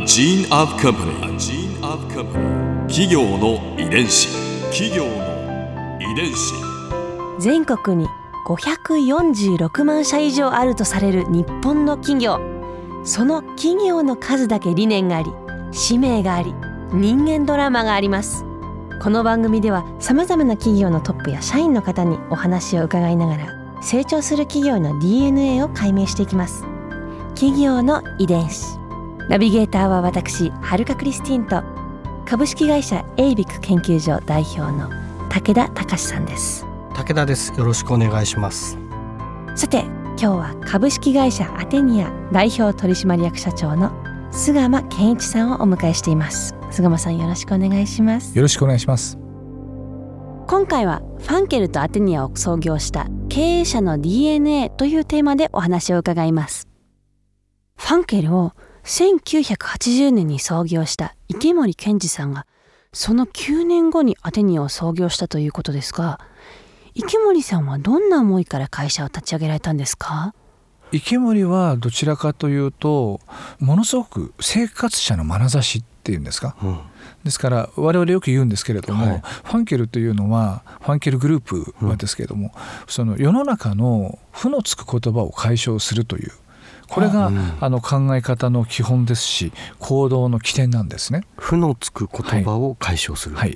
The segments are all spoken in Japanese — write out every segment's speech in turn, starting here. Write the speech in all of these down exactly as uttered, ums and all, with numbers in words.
gene of company. A gene of company. 企業の遺伝子。企業の遺伝子。 全国にごひゃくよんじゅうろくまんしゃ以上あるとされる日本の企業。その企業の数だけ理念があり、使命があり、人間ドラマがあります。この番組ではさまざまな企業のトップや社員の方にお話を伺いながら、成長する企業の ディーエヌエー を解明していきます。企業の遺伝子。ナビゲーターは私、はるかクリスティンと株式会社エイビック研究所代表の武田隆さんです。 武田です。よろしくお願いします。 さて、今日は株式会社アテニア代表取締役社長の菅間健一さんをお迎えしています。菅間さん、よろしくお願いします。 よろしくお願いします。 今回はファンケルとアテニアを創業した経営者の ディーエヌエー というテーマでお話を伺います。ファンケルをせんきゅうひゃくはちじゅうねんに創業した池森健二さんが、そのきゅうねんごにアテニアを創業したということですが、池森さんはどんな思いから会社を立ち上げられたんですか？ 池森はどちらかというと、ものすごく生活者の眼差しっていうんですか、うん、ですから我々よく言うんですけれども、はい、ファンケルというのはファンケルグループはですけれども、うん、その世の中の負のつく言葉を解消するという、これが、うん、あの考え方の基本ですし、行動の起点なんですね。 負のつく言葉を解消する、 はいはい、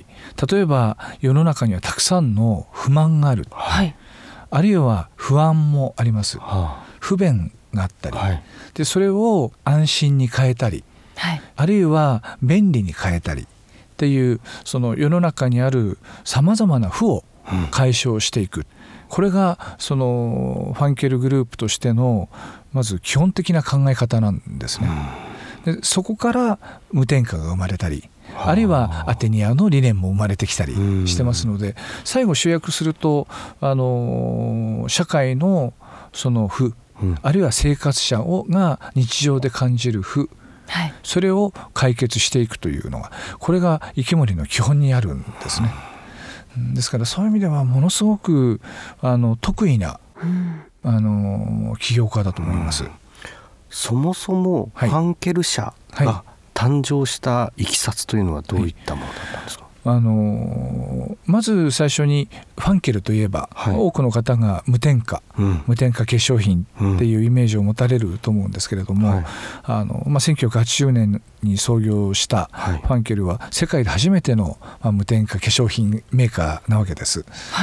例えば世の中にはたくさんの不満がある、はい、あるいは不安もあります、はあ、不便があったり、はい、でそれを安心に変えたり、はい、あるいは便利に変えたりっていう、その世の中にあるさまざまな負を解消していく、うん、これがそのファンケルグループとしてのまず基本的な考え方なんですね、うん、でそこから無添加が生まれたり、あるいはアテニアの理念も生まれてきたりしてますので、最後集約すると、あの社会のその負、うん、あるいは生活者をが日常で感じる負、はい、それを解決していくというのが、これが池森の基本にあるんですね。ですからそういう意味ではものすごくあの得意な、うん、あの起業家だと思います、うん、 そもそもファンケル社が誕生したいきさつというのはどういったものだったんですか？はい、 あのまず最初にファンケルといえば、はい、多くの方が無添加、うん、無添加化粧品っていうイメージを持たれると思うんですけれども、はい、あのまあ、せんきゅうひゃくはちじゅうねんに創業したファンケルは世界で初めての、まあ、無添加化粧品メーカーなわけです、はい、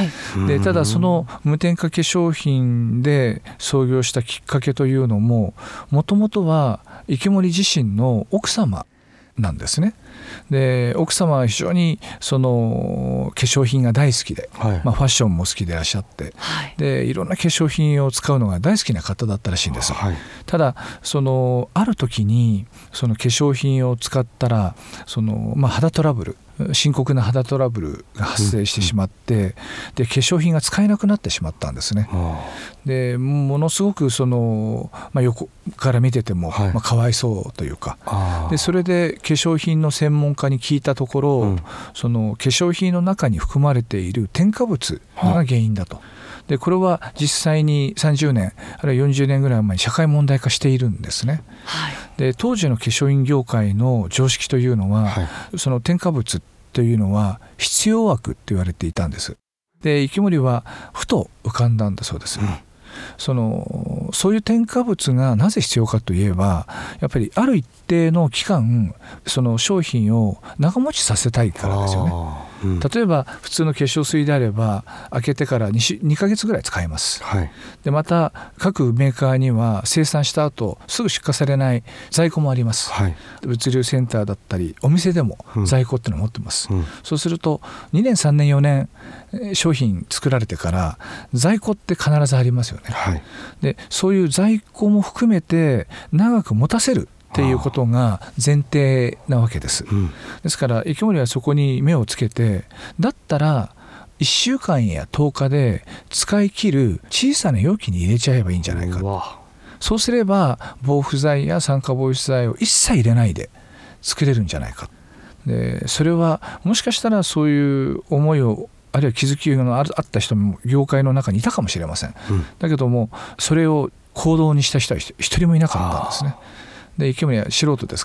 でただその無添加化粧品で創業したきっかけというのも、もともとは池森自身の奥様なんですね。で奥様は非常にその化粧品が大好きで、はい、まあ、ファッションも好きでいらっしゃって、はい、でいろんな化粧品を使うのが大好きな方だったらしいんです、はい、ただそのある時にその化粧品を使ったらその、まあ、肌トラブル、深刻な肌トラブルが発生してしまって、うんうん、で化粧品が使えなくなってしまったんですね。でものすごくその、まあ、横から見てても、はい、まあ、かわいそうというか、でそれで化粧品の専門家に聞いたところ、うん、その化粧品の中に含まれている添加物が原因だと。でこれは実際にさんじゅうねんあるいはよんじゅうねんぐらい前に社会問題化しているんですね、はい、で当時の化粧品業界の常識というのは、はい、その添加物というのは必要悪と言われていたんです。で池森はふと浮かんだんだそうです、うん、そのそういう添加物がなぜ必要かといえば、やっぱりある一定の期間その商品を長持ちさせたいからですよね。うん、例えば普通の化粧水であれば開けてから 2, にかげつぐらい使えます、はい、でまた各メーカーには生産した後すぐ出荷されない在庫もあります、はい、物流センターだったりお店でも在庫っていうのを持ってます、うん、そうするとにねんさんねんよねん商品作られてから在庫って必ずありますよね、はい、でそういう在庫も含めて長く持たせるっていうことが前提なわけです、うん、ですから池森はそこに目をつけて、だったらいっしゅうかんやとおかで使い切る小さな容器に入れちゃえばいいんじゃないか。そうすれば防腐剤や酸化防止剤を一切入れないで作れるんじゃないか。でそれはもしかしたらそういう思いをあるいは気づきのあった人も業界の中にいたかもしれません、うん、だけどもそれを行動にした人は一人もいなかったんですね。で池森は素人ですから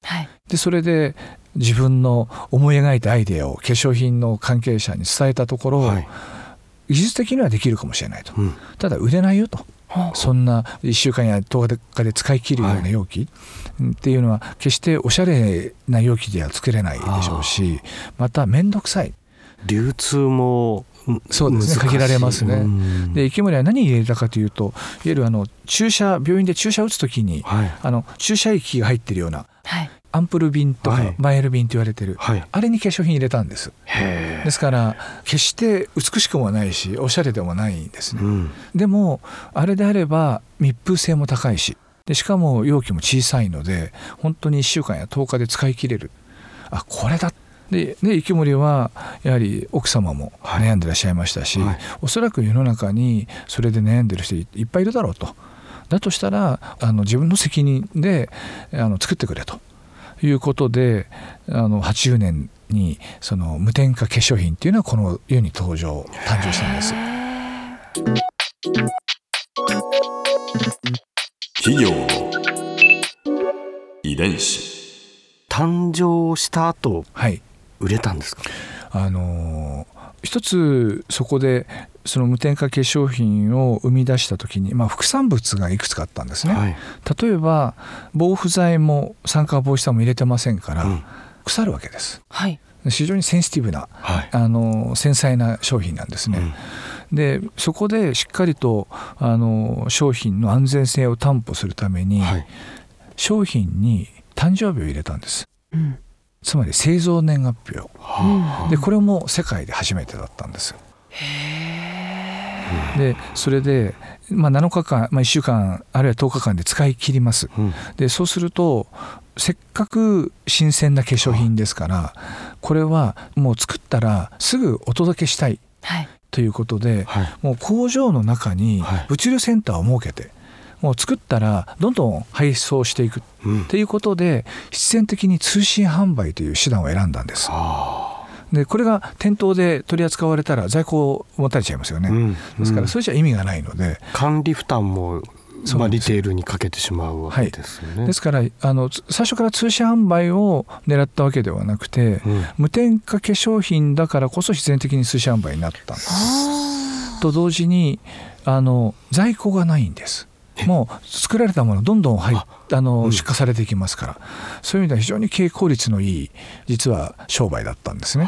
はい、 でそれで自分の思い描いたアイデアを化粧品の関係者に伝えたところ、はい、技術的にはできるかもしれないと、うん、ただ売れないよと、そんないっしゅうかんやとおかで使い切るような容器っていうのは決しておしゃれな容器では作れないでしょうし、また面倒くさい、 流通もそうですね、限られますね。で池森は何入れたかというと、いわゆるあの注射病院で注射を打つときに、はい、あの注射液が入ってるような、はい、アンプル瓶とかバイアル瓶と言われてる、はい、あれに化粧品入れたんです。ですから決して美しくもないしおしゃれでもないんですね、うん、でもあれであれば密封性も高いし、でしかも容器も小さいので本当にいっしゅうかんやとおかで使い切れる。あ、これだ。で, で池森はやはり奥様も悩んでらっしゃいましたし、はいはい、おそらく世の中にそれで悩んでる人いっぱいいるだろうと。だとしたらあの自分の責任であの作ってくれということで、あのはちじゅうねんにその無添加化粧品っていうのはこの世に登場誕生したんです。 企業の遺伝子。 誕生した後、はい、売れたんですか？ あの一つそこでその無添加化粧品を生み出した時に、まあ、副産物がいくつかあったんですね、はい、例えば防腐剤も酸化防止剤も入れてませんから、うん、腐るわけです、はい、非常にセンシティブな、はい、あの繊細な商品なんですね、うん、でそこでしっかりとあの商品の安全性を担保するために、はい、商品に誕生日を入れたんです、うん、つまり製造年月日を、うん、でこれも世界で初めてだったんです。へー。でそれで、まあ、なのかかん、まあ、いっしゅうかんあるいはとおかかんで使い切ります、うん、でそうするとせっかく新鮮な化粧品ですから、これはもう作ったらすぐお届けしたい、はい、ということで、はい、もう工場の中に物流センターを設けて、もう作ったらどんどん配送していくっていうことで、必然的に通信販売という手段を選んだんです。でこれが店頭で取り扱われたら在庫を持たれちゃいますよね、うん、ですからそれじゃ意味がないので、 管理負担もまあ、リテールにかけてしまうわけですよね、 はい、ですからあの最初から通信販売を狙ったわけではなくて、うん、無添加化粧品だからこそ必然的に通信販売になったんです。と同時にあの在庫がないんです。もう作られたものどんどん入っあの、うん、出荷されていきますから、そういう意味では非常に経営効率のいい実は商売だったんですね。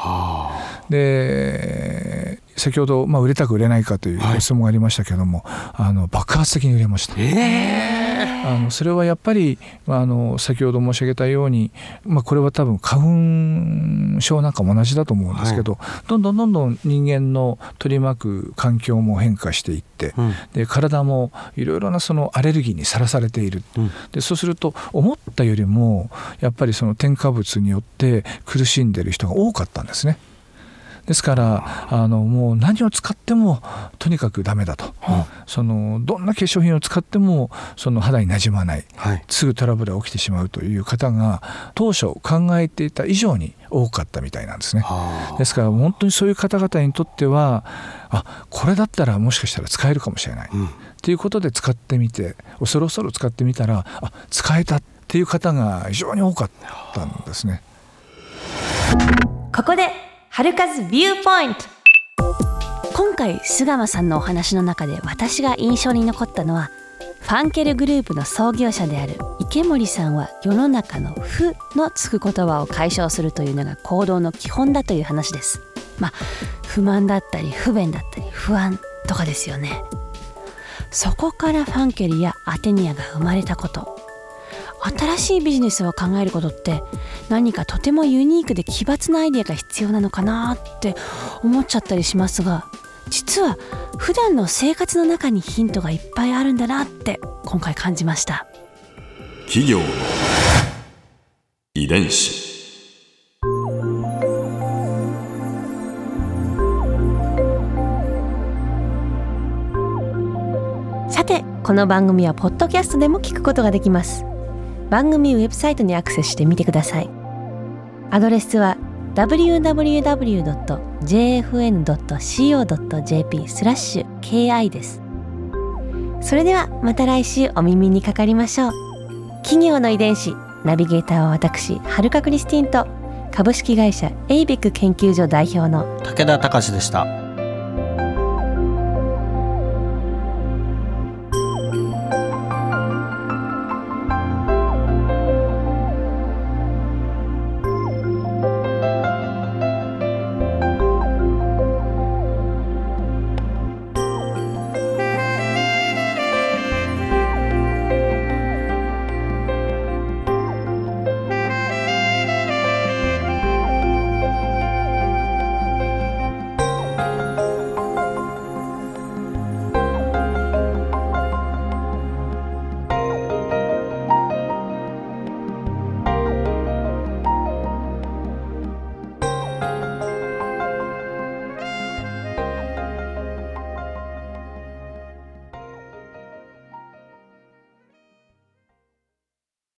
で先ほど、まあ、売れたく売れないかというご質問がありましたけども、はい、あの爆発的に売れました、えー、あのそれはやっぱりあの先ほど申し上げたように、まあ、これは多分花粉症なんかも同じだと思うんですけど、はい、どんどんどんどん人間の取り巻く環境も変化していって、うん、で体もいろいろなそのアレルギーにさらされている、うん、でそうすると思ったよりもやっぱりその添加物によって苦しんでいる人が多かったんですね。ですからあのもう何を使ってもとにかくダメだと、うん、そのどんな化粧品を使ってもその肌になじまない、はい、すぐトラブルが起きてしまうという方が当初考えていた以上に多かったみたいなんですね。ですから本当にそういう方々にとってはあこれだったらもしかしたら使えるかもしれない、うん、ということで使ってみて恐る恐る使ってみたらあ使えたっていう方が非常に多かったんですね。 ここで春風ビューポイント。今回菅間さんのお話の中で私が印象に残ったのは、ファンケルグループの創業者である池森さんは世の中の負のつく言葉を解消するというのが行動の基本だという話です。まあ不満だったり不便だったり不安とかですよね。そこからファンケルやアテニアが生まれたこと、新しいビジネスを考えることって何かとてもユニークで奇抜なアイデアが必要なのかなって思っちゃったりしますが、実は普段の生活の中にヒントがいっぱいあるんだなって今回感じました。 企業の遺伝子。 さてこの番組はポッドキャストでも聞くことができます。番組ウェブサイトにアクセスしてみてください。アドレスは ダブリューダブリューダブリュードットジェーエフエヌドットシーオードットジェーピー スラッシュ ケーアイ です。それではまた来週お耳にかかりましょう。企業の遺伝子、 ナビゲーターは私はるかクリスティンと株式会社エイベック研究所代表の武田隆でした。